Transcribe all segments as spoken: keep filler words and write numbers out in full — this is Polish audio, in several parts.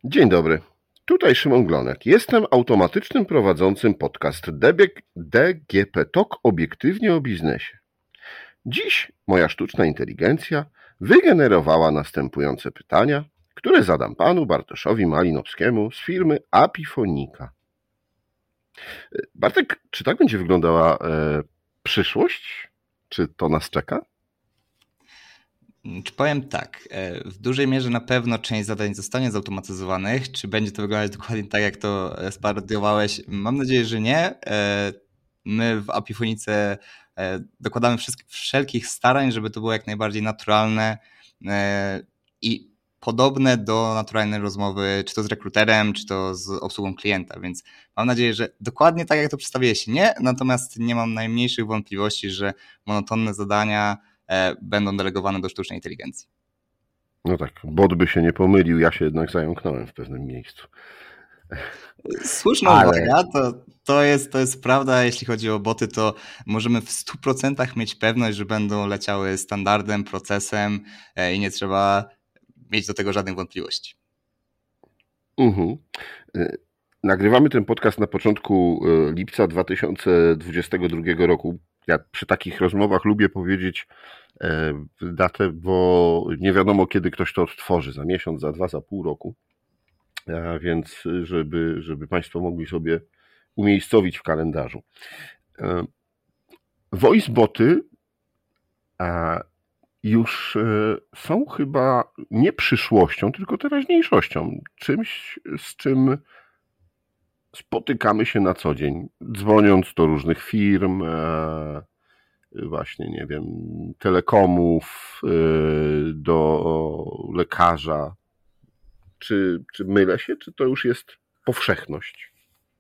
Dzień dobry, tutaj Szymon Glonek. Jestem automatycznym prowadzącym podcast D G P Talk obiektywnie o biznesie. Dziś moja sztuczna inteligencja wygenerowała następujące pytania, które zadam panu Bartoszowi Malinowskiemu z firmy Apifonika. Bartek, czy tak będzie wyglądała e, przyszłość? Czy to nas czeka? Czy powiem tak, w dużej mierze na pewno część zadań zostanie zautomatyzowanych. Czy będzie to wyglądać dokładnie tak, jak to sparodiowałeś? Mam nadzieję, że nie. My w Apifonice dokładamy wszelkich starań, żeby to było jak najbardziej naturalne i podobne do naturalnej rozmowy, czy to z rekruterem, czy to z obsługą klienta, więc mam nadzieję, że dokładnie tak, jak to przedstawiłeś, nie, natomiast nie mam najmniejszych wątpliwości, że monotonne zadania będą delegowane do sztucznej inteligencji. No tak, bot by się nie pomylił, ja się jednak zająknąłem w pewnym miejscu. Słuszna Ale... uwaga, to, to, jest, to jest prawda, jeśli chodzi o boty, to możemy w stu procentach mieć pewność, że będą leciały standardem, procesem i nie trzeba mieć do tego żadnych wątpliwości. Mhm. Nagrywamy ten podcast na początku lipca dwa tysiące dwudziestego drugiego roku. Ja przy takich rozmowach lubię powiedzieć datę, bo nie wiadomo, kiedy ktoś to odtworzy, za miesiąc, za dwa, za pół roku. A więc żeby, żeby Państwo mogli sobie umiejscowić w kalendarzu. Voiceboty już są chyba nie przyszłością, tylko teraźniejszością. Czymś, z czym spotykamy się na co dzień, dzwoniąc do różnych firm, właśnie, nie wiem, telekomów, do lekarza. Czy, czy mylę się, czy to już jest powszechność?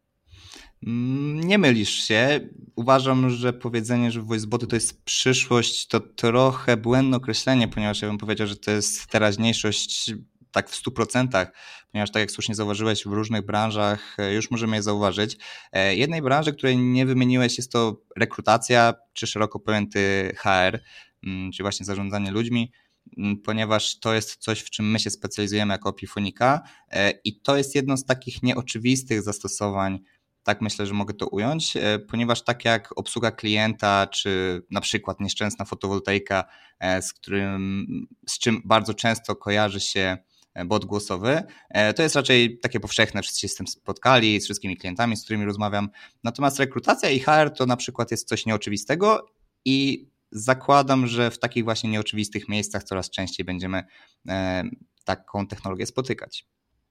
Nie mylisz się. Uważam, że powiedzenie, że voiceboty to jest przyszłość, to trochę błędne określenie, ponieważ ja bym powiedział, że to jest teraźniejszość tak w stu procentach, ponieważ tak jak słusznie zauważyłeś, w różnych branżach już możemy je zauważyć. Jednej branży, której nie wymieniłeś, jest to rekrutacja, czy szeroko pojęty H R, czyli właśnie zarządzanie ludźmi, ponieważ to jest coś, w czym my się specjalizujemy jako Apifonika i to jest jedno z takich nieoczywistych zastosowań, tak myślę, że mogę to ująć, ponieważ tak jak obsługa klienta, czy na przykład nieszczęsna fotowoltaika, z, którym, z czym bardzo często kojarzy się bot głosowy, to jest raczej takie powszechne, wszyscy się z tym spotkali, z wszystkimi klientami, z którymi rozmawiam. Natomiast rekrutacja i H R to na przykład jest coś nieoczywistego i zakładam, że w takich właśnie nieoczywistych miejscach coraz częściej będziemy taką technologię spotykać.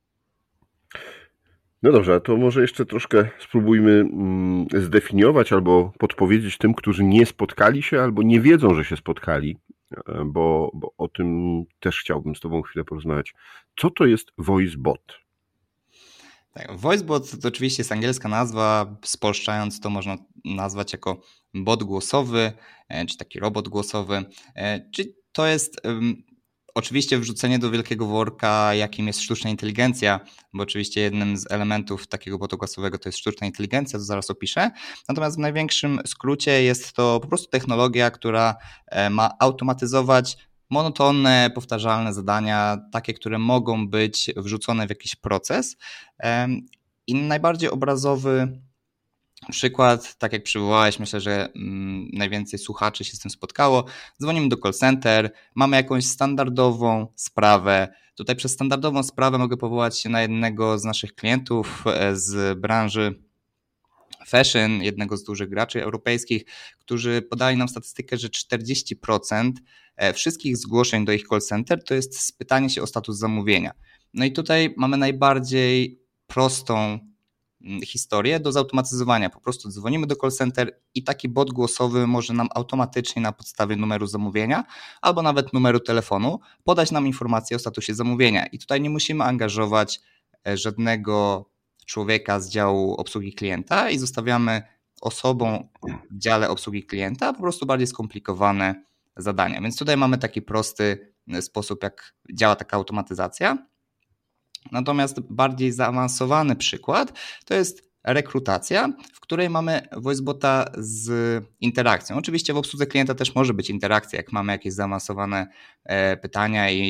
No dobrze, to może jeszcze troszkę spróbujmy zdefiniować albo podpowiedzieć tym, którzy nie spotkali się albo nie wiedzą, że się spotkali, bo, bo o tym też chciałbym z Tobą chwilę porozmawiać. Co to jest voicebot? Tak, voicebot to oczywiście jest angielska nazwa, spolszczając to można nazwać jako bot głosowy, czy taki robot głosowy. Czy to jest oczywiście wrzucenie do wielkiego worka, jakim jest sztuczna inteligencja, bo oczywiście jednym z elementów takiego botu głosowego to jest sztuczna inteligencja, to zaraz opiszę. Natomiast w największym skrócie jest to po prostu technologia, która ma automatyzować monotonne, powtarzalne zadania, takie, które mogą być wrzucone w jakiś proces. I najbardziej obrazowy przykład, tak jak przywołałeś, myślę, że najwięcej słuchaczy się z tym spotkało. Dzwonimy do call center, mamy jakąś standardową sprawę. Tutaj przez standardową sprawę mogę powołać się na jednego z naszych klientów z branży fashion, jednego z dużych graczy europejskich, którzy podali nam statystykę, że czterdzieści procent wszystkich zgłoszeń do ich call center to jest spytanie się o status zamówienia. No i tutaj mamy najbardziej prostą historię do zautomatyzowania. Po prostu dzwonimy do call center i taki bot głosowy może nam automatycznie na podstawie numeru zamówienia albo nawet numeru telefonu podać nam informację o statusie zamówienia. I tutaj nie musimy angażować żadnego człowieka z działu obsługi klienta i zostawiamy osobom w dziale obsługi klienta po prostu bardziej skomplikowane zadania. Więc tutaj mamy taki prosty sposób, jak działa taka automatyzacja. Natomiast bardziej zaawansowany przykład to jest rekrutacja, w której mamy voicebota z interakcją. Oczywiście w obsłudze klienta też może być interakcja, jak mamy jakieś zaawansowane pytania i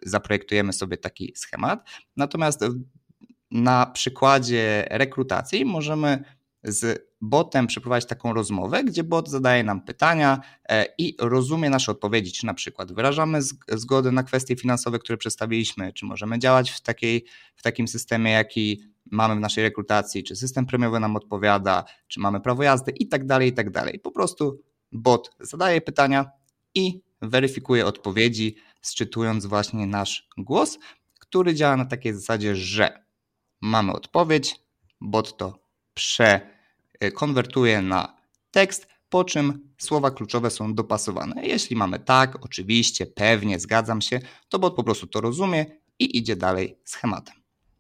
zaprojektujemy sobie taki schemat. Natomiast na przykładzie rekrutacji możemy z botem przeprowadzić taką rozmowę, gdzie bot zadaje nam pytania i rozumie nasze odpowiedzi, czy na przykład wyrażamy zgodę na kwestie finansowe, które przedstawiliśmy, czy możemy działać w, takiej, w takim systemie, jaki mamy w naszej rekrutacji, czy system premiowy nam odpowiada, czy mamy prawo jazdy i tak dalej, i tak dalej. Po prostu bot zadaje pytania i weryfikuje odpowiedzi, sczytując właśnie nasz głos, który działa na takiej zasadzie, że mamy odpowiedź, bot to przekonwertuje na tekst, po czym słowa kluczowe są dopasowane. Jeśli mamy tak, oczywiście, pewnie, zgadzam się, to bot po prostu to rozumie i idzie dalej schematem.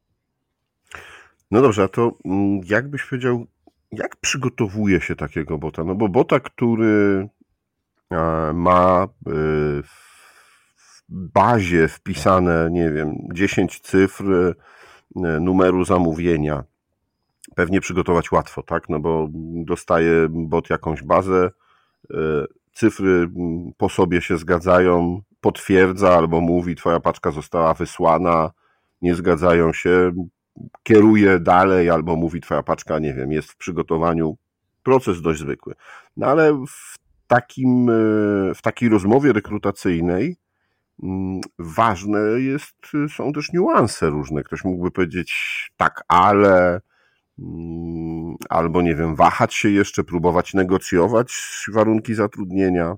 No dobrze, a to jak byś powiedział, jak przygotowuje się takiego bota? No bo bota, który ma w bazie wpisane, nie wiem, dziesięć cyfr numeru zamówienia, pewnie przygotować łatwo, tak? No bo dostaje bot jakąś bazę, cyfry po sobie się zgadzają, potwierdza albo mówi, twoja paczka została wysłana, nie zgadzają się, kieruje dalej albo mówi, twoja paczka, nie wiem, jest w przygotowaniu. Proces dość zwykły. No ale w takim, w takiej rozmowie rekrutacyjnej ważne jest, są też niuanse różne. Ktoś mógłby powiedzieć tak, ale albo nie wiem, wahać się jeszcze, próbować negocjować warunki zatrudnienia.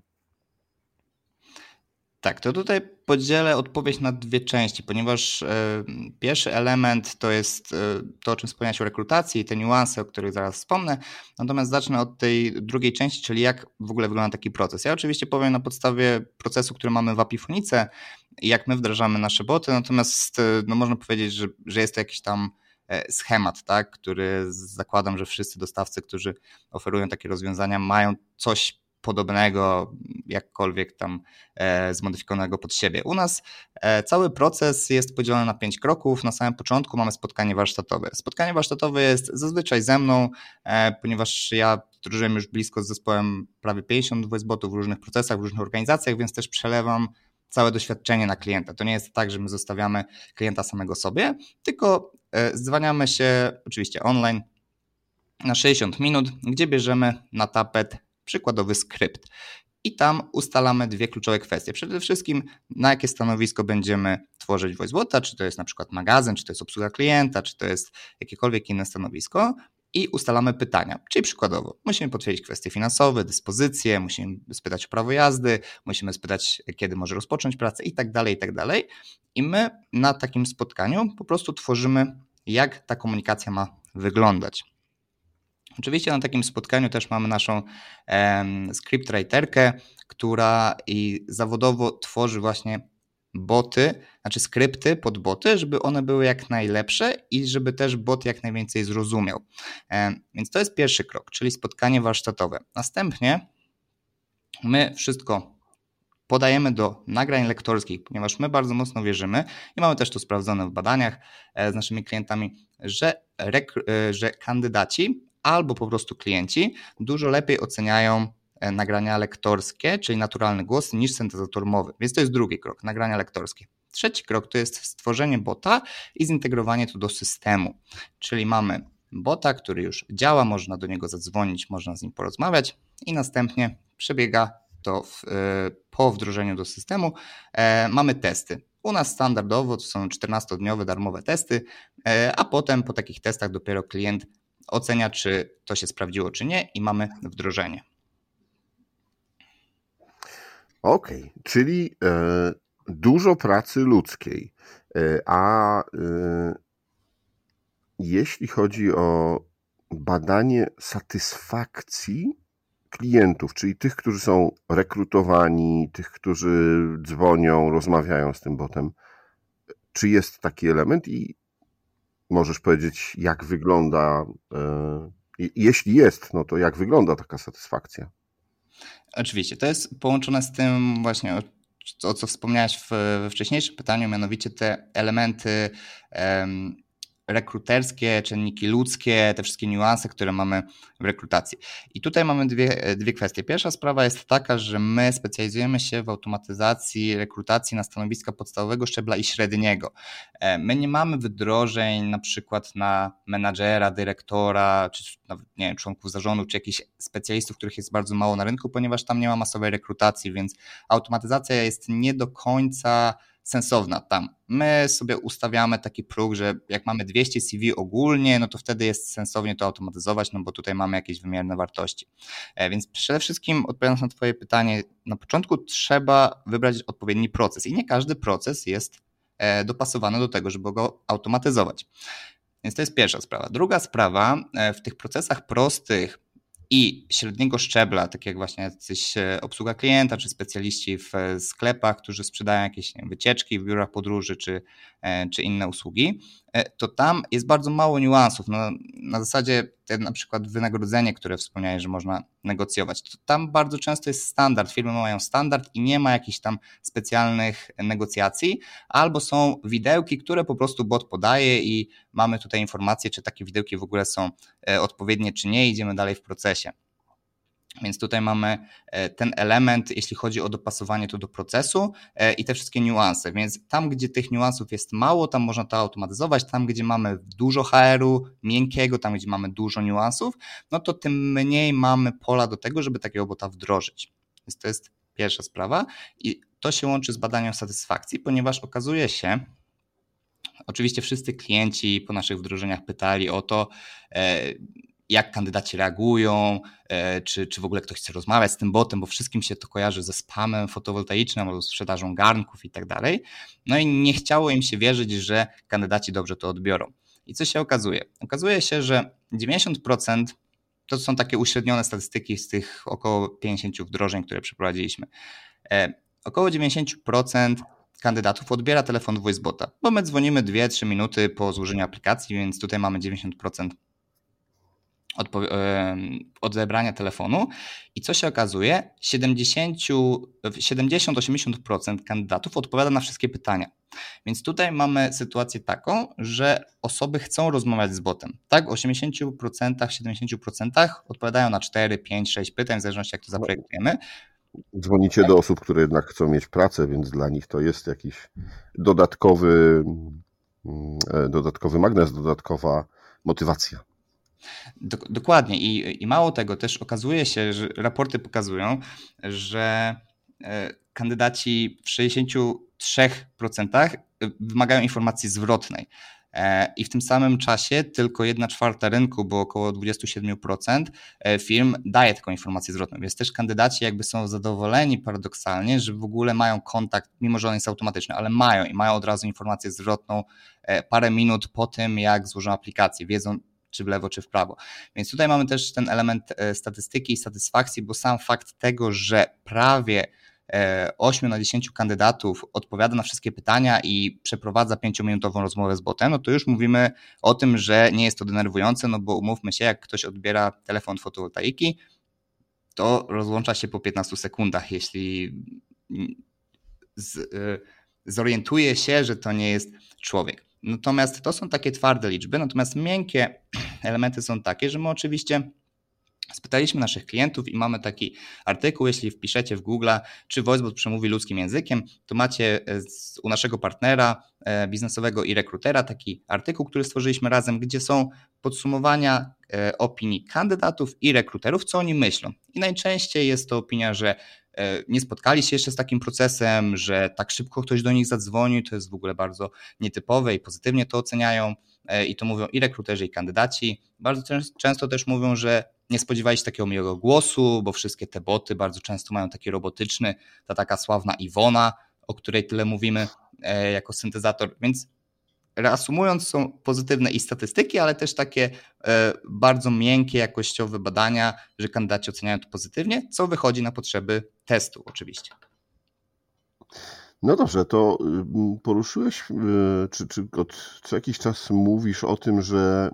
Tak, to tutaj podzielę odpowiedź na dwie części, ponieważ y, pierwszy element to jest y, to, o czym wspomniałeś o rekrutacji i te niuanse, o których zaraz wspomnę, natomiast zacznę od tej drugiej części, czyli jak w ogóle wygląda taki proces. Ja oczywiście powiem na podstawie procesu, który mamy w Apifonice i jak my wdrażamy nasze boty, natomiast y, no można powiedzieć, że, że jest to jakiś tam schemat, tak, który zakładam, że wszyscy dostawcy, którzy oferują takie rozwiązania, mają coś podobnego, jakkolwiek tam e, zmodyfikowanego pod siebie. U nas e, cały proces jest podzielony na pięć kroków. Na samym początku mamy spotkanie warsztatowe. Spotkanie warsztatowe jest zazwyczaj ze mną, e, ponieważ ja wdrożyłem już blisko z zespołem prawie pięćdziesiąt voicebotów w różnych procesach, w różnych organizacjach, więc też przelewam całe doświadczenie na klienta. To nie jest tak, że my zostawiamy klienta samego sobie, tylko dzwaniamy się oczywiście online na sześćdziesiąt minut, gdzie bierzemy na tapet przykładowy skrypt i tam ustalamy dwie kluczowe kwestie. Przede wszystkim na jakie stanowisko będziemy tworzyć voicebota, czy to jest na przykład magazyn, czy to jest obsługa klienta, czy to jest jakiekolwiek inne stanowisko i ustalamy pytania, czyli przykładowo musimy potwierdzić kwestie finansowe, dyspozycje, musimy spytać o prawo jazdy, musimy spytać, kiedy może rozpocząć pracę i tak dalej, i tak dalej. I my na takim spotkaniu po prostu tworzymy, jak ta komunikacja ma wyglądać. Oczywiście na takim spotkaniu też mamy naszą um, scriptwriterkę, która i zawodowo tworzy właśnie boty, znaczy skrypty pod boty, żeby one były jak najlepsze i żeby też bot jak najwięcej zrozumiał. Um, więc to jest pierwszy krok, czyli spotkanie warsztatowe. Następnie my wszystko podajemy do nagrań lektorskich, ponieważ my bardzo mocno wierzymy i mamy też to sprawdzone w badaniach z naszymi klientami, że, rek- że kandydaci albo po prostu klienci dużo lepiej oceniają nagrania lektorskie, czyli naturalny głos, niż syntezator mowy. Więc to jest drugi krok, nagrania lektorskie. Trzeci krok to jest stworzenie bota i zintegrowanie to do systemu, czyli mamy bota, który już działa, można do niego zadzwonić, można z nim porozmawiać i następnie przebiega to w, po wdrożeniu do systemu. E, mamy testy. U nas standardowo to są czternastodniowe darmowe testy, e, a potem po takich testach dopiero klient ocenia, czy to się sprawdziło, czy nie i mamy wdrożenie. Okej, okay, czyli e, dużo pracy ludzkiej, e, a e, jeśli chodzi o badanie satysfakcji klientów, czyli tych, którzy są rekrutowani, tych, którzy dzwonią, rozmawiają z tym botem, czy jest taki element i możesz powiedzieć, jak wygląda, e, jeśli jest, no to jak wygląda taka satysfakcja? Oczywiście, to jest połączone z tym właśnie, o co wspomniałeś w, we wcześniejszym pytaniu, mianowicie te elementy um, rekruterskie, czynniki ludzkie, te wszystkie niuanse, które mamy w rekrutacji. I tutaj mamy dwie, dwie kwestie. Pierwsza sprawa jest taka, że my specjalizujemy się w automatyzacji rekrutacji na stanowiska podstawowego szczebla i średniego. My nie mamy wdrożeń na przykład na menadżera, dyrektora, czy nawet, nie wiem, członków zarządu, czy jakichś specjalistów, których jest bardzo mało na rynku, ponieważ tam nie ma masowej rekrutacji, więc automatyzacja jest nie do końca sensowna tam. My sobie ustawiamy taki próg, że jak mamy dwieście C V ogólnie, no to wtedy jest sensownie to automatyzować, no bo tutaj mamy jakieś wymierne wartości. Więc przede wszystkim, odpowiadając na twoje pytanie, na początku trzeba wybrać odpowiedni proces i nie każdy proces jest dopasowany do tego, żeby go automatyzować. Więc to jest pierwsza sprawa. Druga sprawa, w tych procesach prostych i średniego szczebla, tak jak właśnie jacyś obsługa klienta, czy specjaliści w sklepach, którzy sprzedają jakieś nie wiem, wycieczki w biurach podróży, czy, czy inne usługi, to tam jest bardzo mało niuansów. No, na zasadzie te, na przykład wynagrodzenie, które wspomniałeś, że można negocjować, to tam bardzo często jest standard. Firmy mają standard i nie ma jakichś tam specjalnych negocjacji, albo są widełki, które po prostu bot podaje i mamy tutaj informację, czy takie widełki w ogóle są odpowiednie, czy nie, idziemy dalej w procesie. Więc tutaj mamy ten element, jeśli chodzi o dopasowanie to do procesu i te wszystkie niuanse. Więc tam, gdzie tych niuansów jest mało, tam można to automatyzować. Tam, gdzie mamy dużo H R-u miękkiego, tam, gdzie mamy dużo niuansów, no to tym mniej mamy pola do tego, żeby takiego bota wdrożyć. Więc to jest pierwsza sprawa i to się łączy z badaniem satysfakcji, ponieważ okazuje się, oczywiście wszyscy klienci po naszych wdrożeniach pytali o to, jak kandydaci reagują, czy, czy w ogóle ktoś chce rozmawiać z tym botem, bo wszystkim się to kojarzy ze spamem fotowoltaicznym albo sprzedażą garnków i tak dalej. No i nie chciało im się wierzyć, że kandydaci dobrze to odbiorą. I co się okazuje? Okazuje się, że dziewięćdziesiąt procent to są takie uśrednione statystyki z tych około pięćdziesięciu wdrożeń, które przeprowadziliśmy. Około dziewięćdziesiąt procent kandydatów odbiera telefon voicebota, bo my dzwonimy dwie trzy minuty po złożeniu aplikacji, więc tutaj mamy dziewięćdziesiąt procent odebrania telefonu i co się okazuje, siedemdziesiąt do osiemdziesięciu procent kandydatów odpowiada na wszystkie pytania. Więc tutaj mamy sytuację taką, że osoby chcą rozmawiać z botem. Tak, w osiemdziesięciu procentach, siedemdziesięciu procentach odpowiadają na cztery, pięć, sześć pytań, w zależności jak to zaprojektujemy. Dzwonicie tak do osób, które jednak chcą mieć pracę, więc dla nich to jest jakiś dodatkowy, dodatkowy magnes, dodatkowa motywacja. Dokładnie I, i mało tego, też okazuje się, że raporty pokazują, że kandydaci w sześćdziesięciu trzech procentach wymagają informacji zwrotnej i w tym samym czasie tylko jedna czwarta rynku, bo około dwadzieścia siedem procent firm daje taką informację zwrotną, więc też kandydaci jakby są zadowoleni paradoksalnie, że w ogóle mają kontakt, mimo że on jest automatyczny, ale mają i mają od razu informację zwrotną parę minut po tym, jak złożą aplikację, wiedzą czy w lewo, czy w prawo. Więc tutaj mamy też ten element statystyki i satysfakcji, bo sam fakt tego, że prawie osiem na dziesięć kandydatów odpowiada na wszystkie pytania i przeprowadza pięciominutową rozmowę z botem, no to już mówimy o tym, że nie jest to denerwujące, no bo umówmy się, jak ktoś odbiera telefon fotowoltaiki, to rozłącza się po piętnastu sekundach, jeśli z, zorientuje się, że to nie jest człowiek. Natomiast to są takie twarde liczby, natomiast miękkie elementy są takie, że my oczywiście spytaliśmy naszych klientów i mamy taki artykuł, jeśli wpiszecie w Google, czy VoiceBot przemówi ludzkim językiem, to macie u naszego partnera biznesowego i rekrutera taki artykuł, który stworzyliśmy razem, gdzie są podsumowania opinii kandydatów i rekruterów, co oni myślą. I najczęściej jest to opinia, że nie spotkali się jeszcze z takim procesem, że tak szybko ktoś do nich zadzwonił, to jest w ogóle bardzo nietypowe i pozytywnie to oceniają i to mówią i rekruterzy, i kandydaci. Bardzo często też mówią, że nie spodziewali się takiego miłego głosu, bo wszystkie te boty bardzo często mają taki robotyczny, ta taka sławna Iwona, o której tyle mówimy jako syntezator, więc reasumując są pozytywne i statystyki, ale też takie bardzo miękkie, jakościowe badania, że kandydaci oceniają to pozytywnie, co wychodzi na potrzeby testu oczywiście. No dobrze, to poruszyłeś, czy, czy od co jakiś czas mówisz o tym, że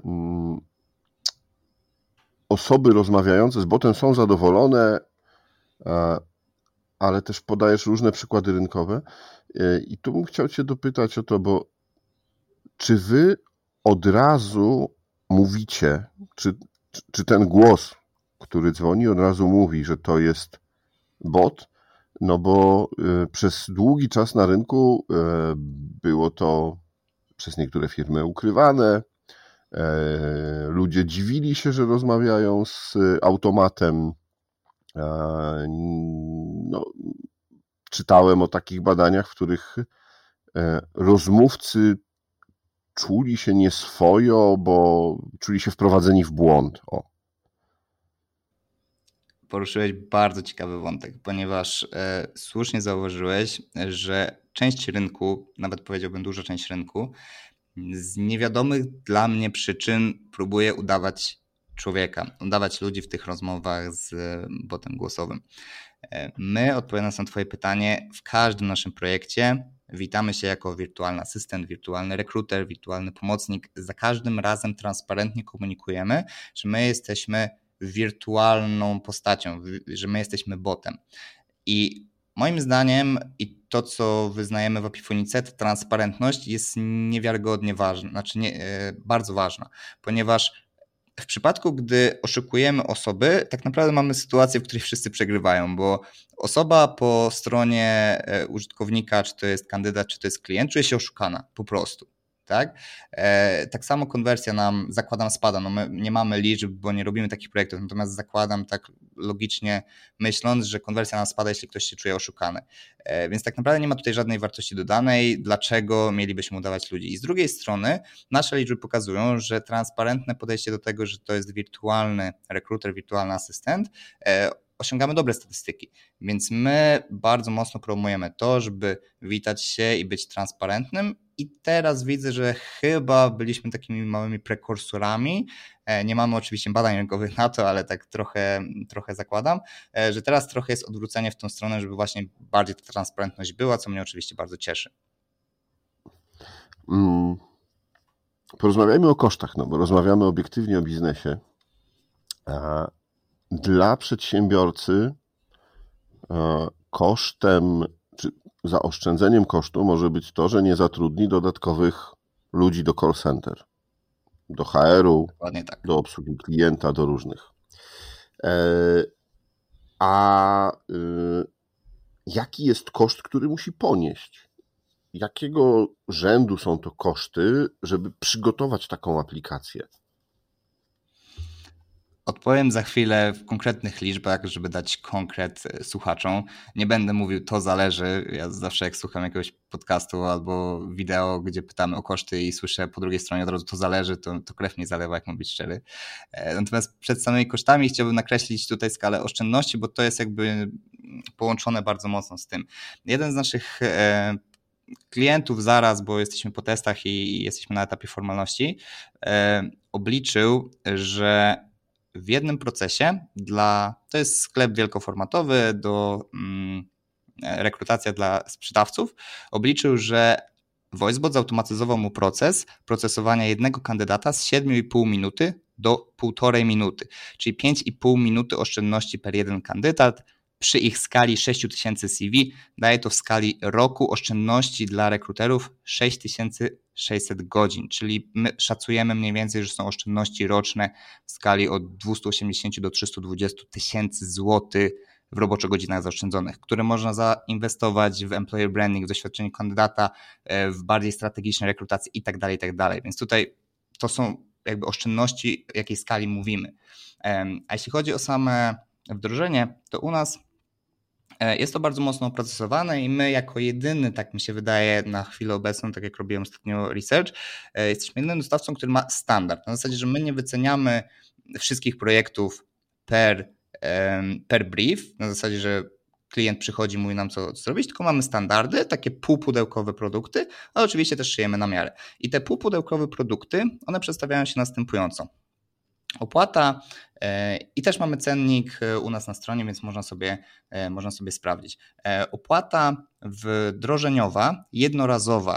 osoby rozmawiające z botem są zadowolone, ale też podajesz różne przykłady rynkowe i tu bym chciał Cię dopytać o to, bo czy Wy od razu mówicie, czy, czy, czy ten głos, który dzwoni, od razu mówi, że to jest bot, no bo y, przez długi czas na rynku y, było to przez niektóre firmy ukrywane. Y, ludzie dziwili się, że rozmawiają z automatem. Y, no, czytałem o takich badaniach, w których y, rozmówcy czuli się nieswojo, bo czuli się wprowadzeni w błąd. O. Poruszyłeś bardzo ciekawy wątek, ponieważ e, słusznie zauważyłeś, że część rynku, nawet powiedziałbym duża część rynku, z niewiadomych dla mnie przyczyn próbuje udawać człowieka, udawać ludzi w tych rozmowach z botem głosowym. E, my, odpowiadając na Twoje pytanie, w każdym naszym projekcie witamy się jako wirtualny asystent, wirtualny rekruter, wirtualny pomocnik. Za każdym razem transparentnie komunikujemy, że my jesteśmy wirtualną postacią, że my jesteśmy botem. I moim zdaniem i to, co wyznajemy w Epifonice, ta transparentność jest niewiarygodnie ważna, znaczy nie, bardzo ważna, ponieważ w przypadku, gdy oszukujemy osoby, tak naprawdę mamy sytuację, w której wszyscy przegrywają, bo osoba po stronie użytkownika, czy to jest kandydat, czy to jest klient, czuje się oszukana po prostu. Tak? E, tak samo konwersja nam, zakładam, spada. No my nie mamy liczb, bo nie robimy takich projektów, natomiast zakładam tak logicznie myśląc, że konwersja nam spada, jeśli ktoś się czuje oszukany. E, więc tak naprawdę nie ma tutaj żadnej wartości dodanej, dlaczego mielibyśmy udawać ludzi. I z drugiej strony nasze liczby pokazują, że transparentne podejście do tego, że to jest wirtualny rekruter, wirtualny asystent, e, osiągamy dobre statystyki, więc my bardzo mocno promujemy to, żeby witać się i być transparentnym i teraz widzę, że chyba byliśmy takimi małymi prekursorami, nie mamy oczywiście badań rynkowych na to, ale tak trochę, trochę zakładam, że teraz trochę jest odwrócenie w tą stronę, żeby właśnie bardziej ta transparentność była, co mnie oczywiście bardzo cieszy. Hmm. Porozmawiajmy o kosztach, no bo rozmawiamy obiektywnie o biznesie. A dla przedsiębiorcy kosztem, czy zaoszczędzeniem kosztu może być to, że nie zatrudni dodatkowych ludzi do call center, do H R-u, tak. do obsługi klienta, do różnych. A jaki jest koszt, który musi ponieść? Jakiego rzędu są to koszty, żeby przygotować taką aplikację? Odpowiem za chwilę w konkretnych liczbach, żeby dać konkret słuchaczom. Nie będę mówił, to zależy. Ja zawsze jak słucham jakiegoś podcastu albo wideo, gdzie pytamy o koszty i słyszę po drugiej stronie od razu to zależy, to, to krew mnie zalewa, jak mam być szczery. Natomiast przed samymi kosztami chciałbym nakreślić tutaj skalę oszczędności, bo to jest jakby połączone bardzo mocno z tym. Jeden z naszych klientów zaraz, bo jesteśmy po testach i jesteśmy na etapie formalności, obliczył, że w jednym procesie dla, to jest sklep wielkoformatowy do mm, rekrutacja dla sprzedawców, obliczył, że VoiceBot zautomatyzował mu proces procesowania jednego kandydata z siedem i pół minuty do półtorej minuty, czyli pięć i pół minuty oszczędności per jeden kandydat. Przy ich skali sześć tysięcy C V daje to w skali roku oszczędności dla rekruterów sześć tysięcy sześćset godzin, czyli my szacujemy mniej więcej, że są oszczędności roczne w skali od dwieście osiemdziesiąt do trzysta dwadzieścia tysięcy złotych w roboczo godzinach zaoszczędzonych, które można zainwestować w employer branding, w doświadczenie kandydata, w bardziej strategiczne rekrutacje i tak dalej, i tak dalej. Więc tutaj to są jakby oszczędności, w jakiej skali mówimy. A jeśli chodzi o same wdrożenie, to u nas jest to bardzo mocno oprocesowane i my jako jedyny, tak mi się wydaje na chwilę obecną, tak jak robiłem ostatnio research, jesteśmy jedynym dostawcą, który ma standard. Na zasadzie, że my nie wyceniamy wszystkich projektów per, per brief, na zasadzie, że klient przychodzi, mówi nam co, co zrobić, tylko mamy standardy, takie półpudełkowe produkty, ale oczywiście też szyjemy na miarę. I te półpudełkowe produkty, one przedstawiają się następująco. Opłata i też mamy cennik u nas na stronie, więc można sobie, można sobie sprawdzić. Opłata wdrożeniowa, jednorazowa,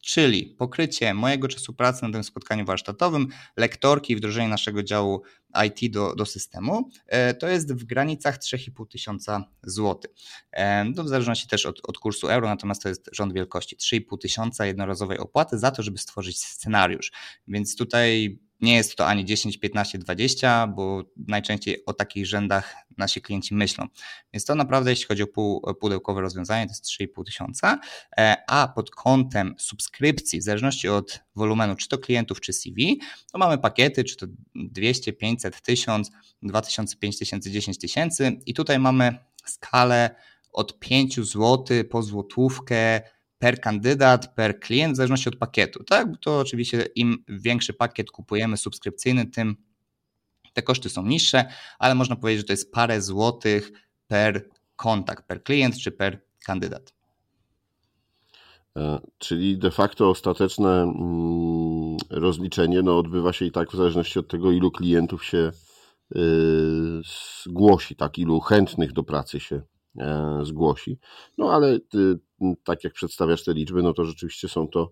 czyli pokrycie mojego czasu pracy na tym spotkaniu warsztatowym, lektorki i wdrożenie naszego działu I T do, do systemu, to jest w granicach trzy i pół tysiąca złotych. To w zależności też od, od kursu euro, natomiast to jest rząd wielkości trzy i pół tysiąca jednorazowej opłaty za to, żeby stworzyć scenariusz. Więc tutaj nie jest to ani dziesięć, piętnaście, dwadzieścia, bo najczęściej o takich rzędach nasi klienci myślą. Więc to naprawdę, jeśli chodzi o pół, pudełkowe rozwiązanie, to jest trzy i pół tysiąca, a pod kątem subskrypcji, w zależności od wolumenu, czy to klientów, czy C V, to mamy pakiety, czy to dwieście, pięćset, tysiąc, dwa tysiące, pięć tysięcy, dziesięć tysięcy i tutaj mamy skalę od pięć złotych po złotówkę per kandydat, per klient, w zależności od pakietu. Tak? To oczywiście im większy pakiet kupujemy subskrypcyjny, tym te koszty są niższe, ale można powiedzieć, że to jest parę złotych per kontakt, per klient czy per kandydat. Czyli de facto ostateczne rozliczenie no, odbywa się i tak w zależności od tego, ilu klientów się zgłosi, tak, ilu chętnych do pracy się zgłosi. No ale ty, tak jak przedstawiasz te liczby, no to rzeczywiście są to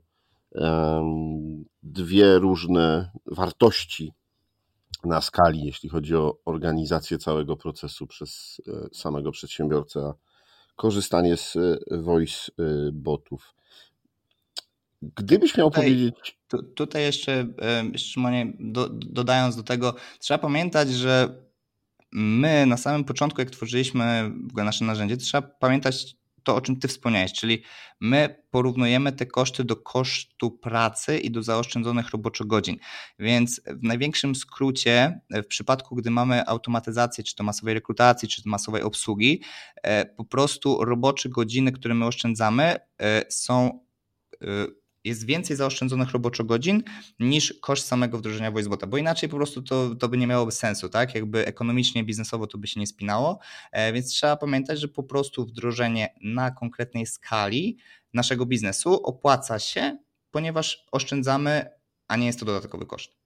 dwie różne wartości na skali, jeśli chodzi o organizację całego procesu przez samego przedsiębiorcę, a korzystanie z voice botów. Gdybyś miał tutaj, powiedzieć... Tu, tutaj jeszcze, Szymonie, do, dodając do tego, trzeba pamiętać, że my na samym początku, jak tworzyliśmy nasze narzędzie, trzeba pamiętać to, o czym ty wspomniałeś, czyli my porównujemy te koszty do kosztu pracy i do zaoszczędzonych roboczo godzin. Więc w największym skrócie, w przypadku, gdy mamy automatyzację, czy to masowej rekrutacji, czy to masowej obsługi, po prostu robocze godziny, które my oszczędzamy, są jest więcej zaoszczędzonych roboczo godzin niż koszt samego wdrożenia VoiceBota, bo inaczej po prostu to, to by nie miałoby sensu, tak? Jakby ekonomicznie, biznesowo to by się nie spinało, więc trzeba pamiętać, że po prostu wdrożenie na konkretnej skali naszego biznesu opłaca się, ponieważ oszczędzamy, a nie jest to dodatkowy koszt.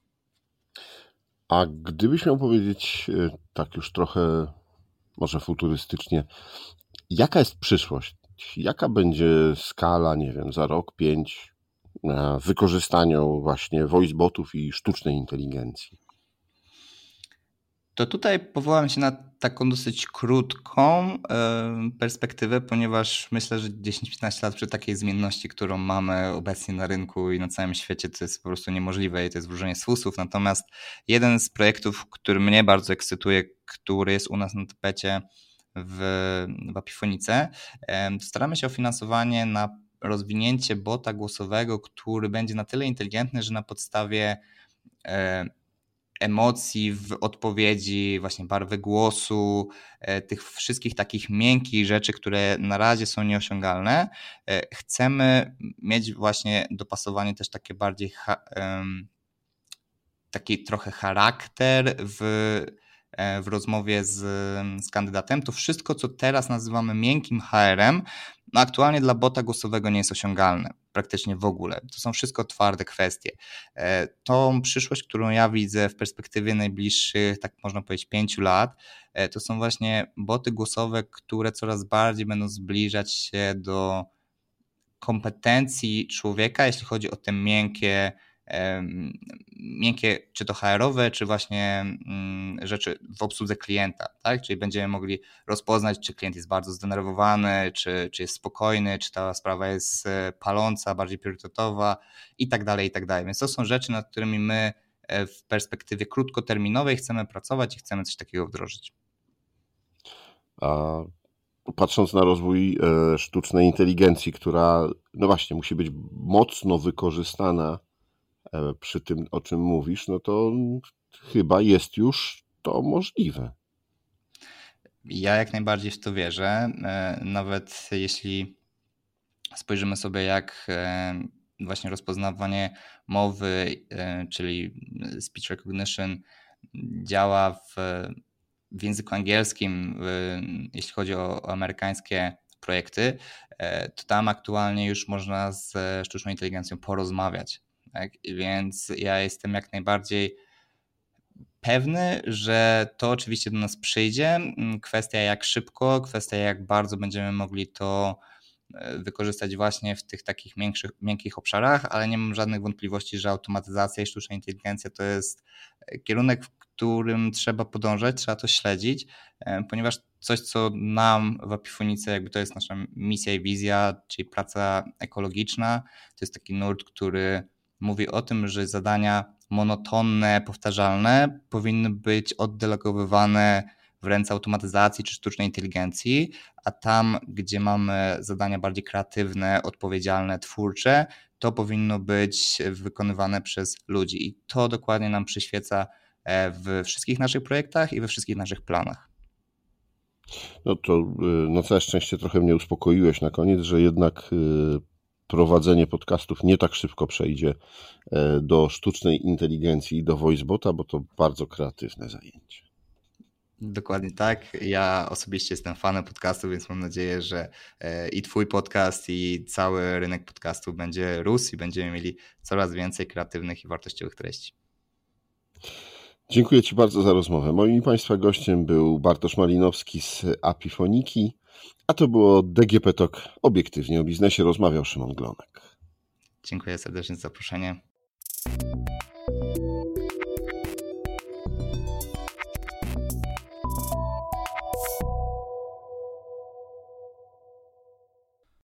A gdybyś miał powiedzieć tak już trochę może futurystycznie, jaka jest przyszłość? Jaka będzie skala, nie wiem, za rok, pięć w wykorzystaniu właśnie voicebotów i sztucznej inteligencji? To tutaj powołam się na taką dosyć krótką perspektywę, ponieważ myślę, że dziesięć piętnaście lat przy takiej zmienności, którą mamy obecnie na rynku i na całym świecie, to jest po prostu niemożliwe i to jest wróżenie z fusów. Natomiast jeden z projektów, który mnie bardzo ekscytuje, który jest u nas na tapecie w, w Apifonice, staramy się o finansowanie na rozwinięcie bota głosowego, który będzie na tyle inteligentny, że na podstawie emocji w odpowiedzi, właśnie barwy głosu, tych wszystkich takich miękkich rzeczy, które na razie są nieosiągalne, chcemy mieć właśnie dopasowanie też takie bardziej taki trochę charakter w w rozmowie z, z kandydatem, to wszystko, co teraz nazywamy miękkim H R-em, no aktualnie dla bota głosowego nie jest osiągalne, praktycznie w ogóle. To są wszystko twarde kwestie. Tą przyszłość, którą ja widzę w perspektywie najbliższych, tak można powiedzieć, pięciu lat, to są właśnie boty głosowe, które coraz bardziej będą zbliżać się do kompetencji człowieka, jeśli chodzi o te miękkie miękkie, czy to H R-owe, czy właśnie rzeczy w obsłudze klienta, tak? Czyli będziemy mogli rozpoznać, czy klient jest bardzo zdenerwowany, czy, czy jest spokojny, czy ta sprawa jest paląca, bardziej priorytetowa i tak dalej, i tak dalej. Więc to są rzeczy, nad którymi my w perspektywie krótkoterminowej chcemy pracować i chcemy coś takiego wdrożyć. A patrząc na rozwój sztucznej inteligencji, która no właśnie musi być mocno wykorzystana przy tym, o czym mówisz, no to chyba jest już to możliwe. Ja jak najbardziej w to wierzę. Nawet jeśli spojrzymy sobie, jak właśnie rozpoznawanie mowy, czyli speech recognition działa w, w języku angielskim, jeśli chodzi o, o amerykańskie projekty, to tam aktualnie już można z sztuczną inteligencją porozmawiać. Tak? Więc ja jestem jak najbardziej pewny, że to oczywiście do nas przyjdzie. Kwestia jak szybko, kwestia jak bardzo będziemy mogli to wykorzystać właśnie w tych takich miększych, miękkich obszarach, ale nie mam żadnych wątpliwości, że automatyzacja i sztuczna inteligencja to jest kierunek, w którym trzeba podążać, trzeba to śledzić, ponieważ coś, co nam w Apifonice, jakby to jest nasza misja i wizja, czyli praca ekologiczna, to jest taki nurt, który mówi o tym, że zadania monotonne, powtarzalne powinny być oddelegowywane w ręce automatyzacji czy sztucznej inteligencji, a tam, gdzie mamy zadania bardziej kreatywne, odpowiedzialne, twórcze, to powinno być wykonywane przez ludzi. I to dokładnie nam przyświeca w wszystkich naszych projektach i we wszystkich naszych planach. No to na całe szczęście trochę mnie uspokoiłeś na koniec, że jednak prowadzenie podcastów nie tak szybko przejdzie do sztucznej inteligencji i do voicebota, bo to bardzo kreatywne zajęcie. Dokładnie tak. Ja osobiście jestem fanem podcastu, więc mam nadzieję, że i twój podcast, i cały rynek podcastu będzie rósł i będziemy mieli coraz więcej kreatywnych i wartościowych treści. Dziękuję Ci bardzo za rozmowę. Moim i Państwa gościem był Bartosz Malinowski z Apifoniki, a to było D G P Talk. Obiektywnie o biznesie rozmawiał Szymon Glonek. Dziękuję serdecznie za zaproszenie.